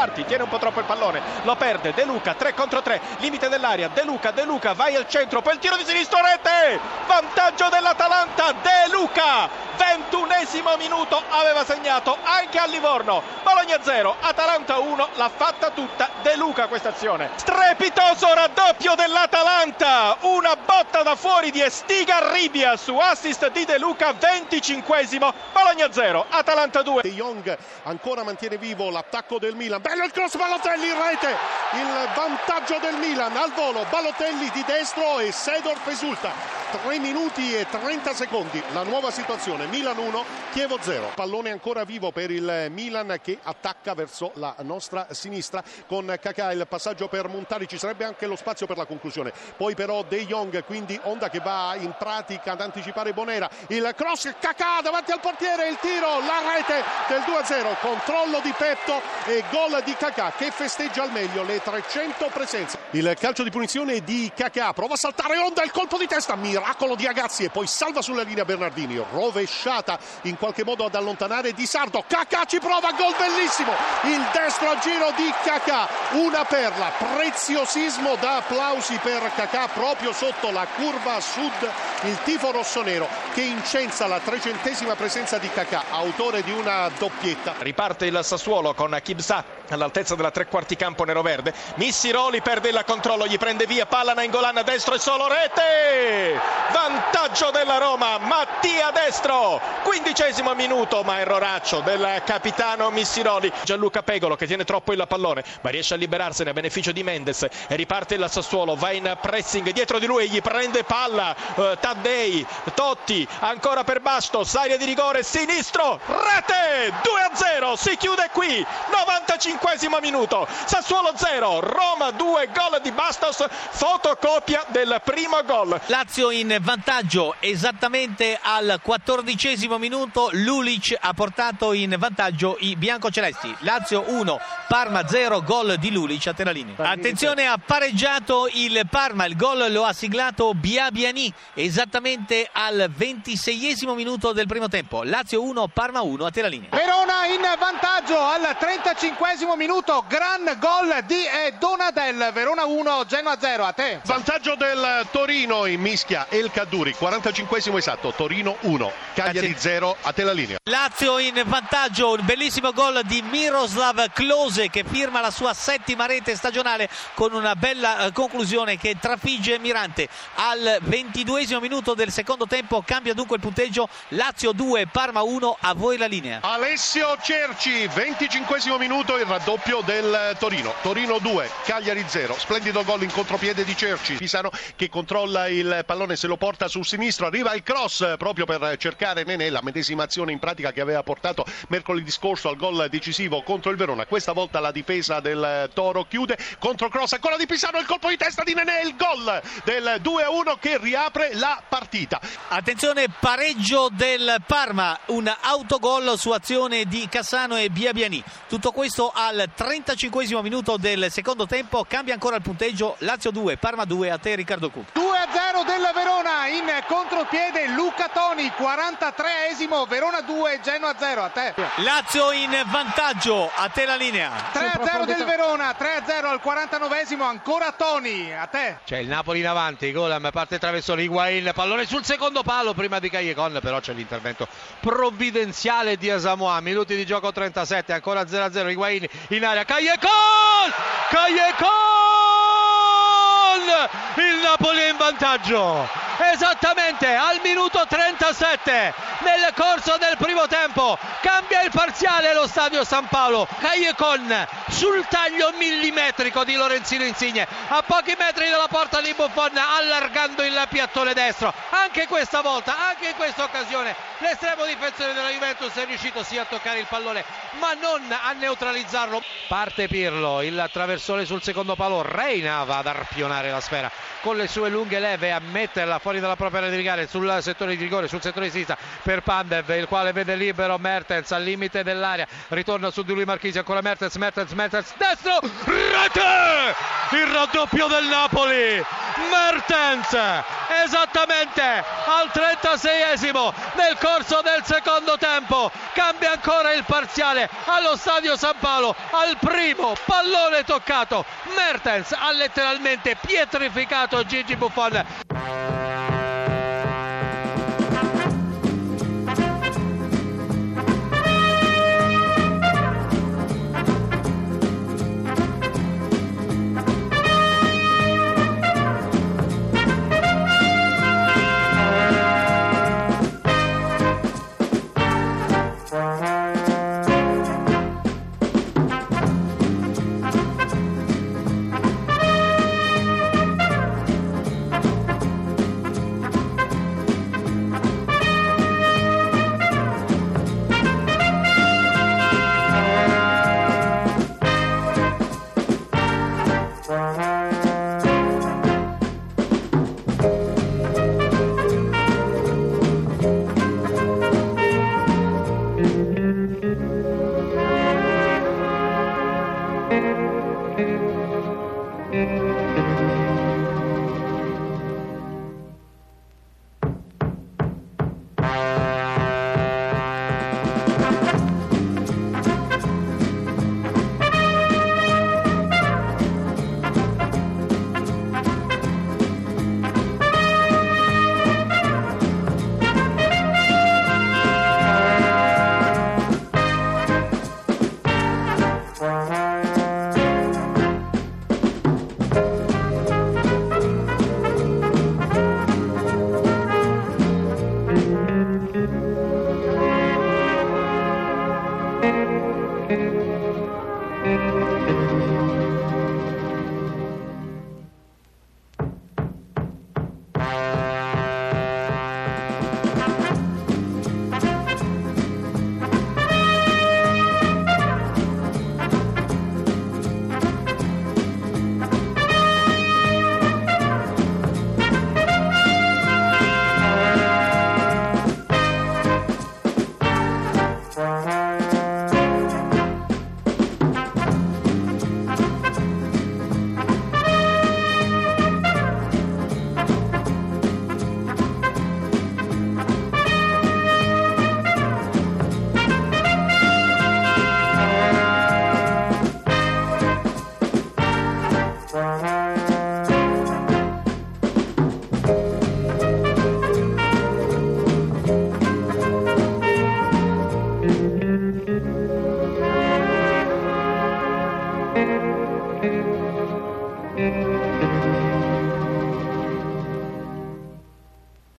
parti, tiene un po' troppo il pallone, lo perde, De Luca 3 contro 3, limite dell'area, De Luca, vai al centro, poi il tiro di sinistro, rete, vantaggio dell'Atalanta, De Luca, 21esimo minuto, aveva segnato anche a Livorno. Bologna 0, Atalanta 1, l'ha fatta tutta De Luca questa azione. Strepitoso raddoppio dell'Atalanta, una botta da fuori di Estigarribia su assist di De Luca, 25esimo, Bologna 0, Atalanta 2. De Jong ancora mantiene vivo l'attacco del Milan, bello il cross, Balotelli in rete, il vantaggio del Milan al volo, Balotelli di destro e Seedorf esulta. 3 minuti e 30 secondi, la nuova situazione, Milan 1, Chievo 0. Pallone ancora vivo per il Milan che attacca verso la nostra sinistra con Kakà, il passaggio per Montari, ci sarebbe anche lo spazio per la conclusione. Poi però De Jong, quindi Onda che va in pratica ad anticipare Bonera, il cross, Kakà davanti al portiere, il tiro, la rete del 2-0, controllo di petto e gol di Kakà che festeggia al meglio le 300 presenze. Il calcio di punizione di Kakà, prova a saltare Onda, il colpo di testa, miracolo di Agazzi e poi salva sulla linea Bernardini, rovesciata in qualche modo ad allontanare Di Sardo, Kakà ci prova, gol bellissimo, il destro a giro di Kakà, una perla, preziosismo da applausi per Kakà proprio sotto la curva sud, il tifo rossonero che incensa la 300esima presenza di Kakà, autore di una doppietta. Riparte il Sassuolo con Kibsa all'altezza della tre quarti campo nero-verde, Missiroli perde il controllo, gli prende via palla Nainggolan a destro e solo rete, vantaggio della Roma, Mattia destro, 15esimo minuto, ma erroraccio del capitano Missiroli. Gianluca Pegolo che tiene troppo il pallone ma riesce a liberarsene a beneficio di Mendes e riparte il Sassuolo, va in pressing dietro di lui, gli prende palla Taddei, Totti ancora per Bastos, area di rigore sinistro, rete, 2-0, si chiude qui, 95esimo minuto, Sassuolo 0, Roma 2, gol di Bastos, fotocopia del primo gol. Lazio in vantaggio esattamente al 14esimo minuto, Lulic ha portato in vantaggio i biancocelesti. Lazio 1, Parma 0, gol di Lulic a terra linea. Attenzione, ha pareggiato il Parma, il gol lo ha siglato Biabiani esattamente al 26esimo minuto del primo tempo. Lazio 1, Parma 1 a terra linea. Verona in vantaggio al 35esimo minuto, gran gol di Donadel, Verona 1, Genoa 0, a te. Vantaggio del Torino in mischia El Kaddouri, 45esimo esatto, Torino 1, Cagliari 0, a te la linea. Lazio in vantaggio, un bellissimo gol di Miroslav Klose che firma la sua 7ª rete stagionale con una bella conclusione che trafigge Mirante. Al 22esimo minuto del secondo tempo cambia dunque il punteggio, Lazio 2, Parma 1, a voi la linea. Alessio Cerci, 25esimo minuto, il raddoppio del Torino, Torino 2, Cagliari 0, splendido gol in contropiede di Cerci, Pisano che controlla il pallone, se lo porta sul sinistro, arriva il cross proprio per cercare Nenè, la medesima azione in pratica che aveva portato mercoledì scorso al gol decisivo contro il Verona. Questa volta la difesa del Toro chiude, controcross ancora di Pisano, il colpo di testa di Nenè, il gol del 2-1 che riapre la partita. Attenzione, pareggio del Parma, un autogol su azione di Cassano e Biabiani. Tutto questo al 35esimo minuto del secondo tempo, cambia ancora il punteggio, Lazio 2, Parma 2, a te Riccardo Cucchi. 2-0 del Verona, in contropiede Luca Toni, 43esimo, Verona 2, Genoa 0, a te. Lazio in vantaggio, a te la linea. 3-0 del Verona, 3-0 al 49esimo, ancora Toni, a te. C'è il Napoli in avanti, gol, parte traversone, Higuain, pallone sul secondo palo prima di Callejon, però c'è l'intervento provvidenziale di Asamoah, minuti di gioco 37, ancora 0-0, Higuain in area, Callejon! Il Napoli è in vantaggio esattamente al minuto 37 nel corso del primo tempo, cambia il parziale allo stadio San Paolo, Callejon sul taglio millimetrico di Lorenzino Insigne a pochi metri dalla porta di Buffon, allargando il piattone destro. Anche questa volta, anche in questa occasione l'estremo difensore della Juventus è riuscito sì a toccare il pallone ma non a neutralizzarlo. Parte Pirlo, il traversone sul secondo palo, Reina va ad arpionare la sfera con le sue lunghe leve a metterla fuori dalla propria area di rigore sul settore di rigore, sul settore di sinistra per Pandev, il quale vede libero Mertens al limite dell'area, ritorna su di lui Marchisi, ancora Mertens, destro, rete! Il raddoppio del Napoli Mertens, esattamente al 36esimo nel corso del secondo tempo, cambia ancora il parziale allo Stadio San Paolo. Al primo pallone toccato, Mertens ha letteralmente pietrificato Gigi Buffon.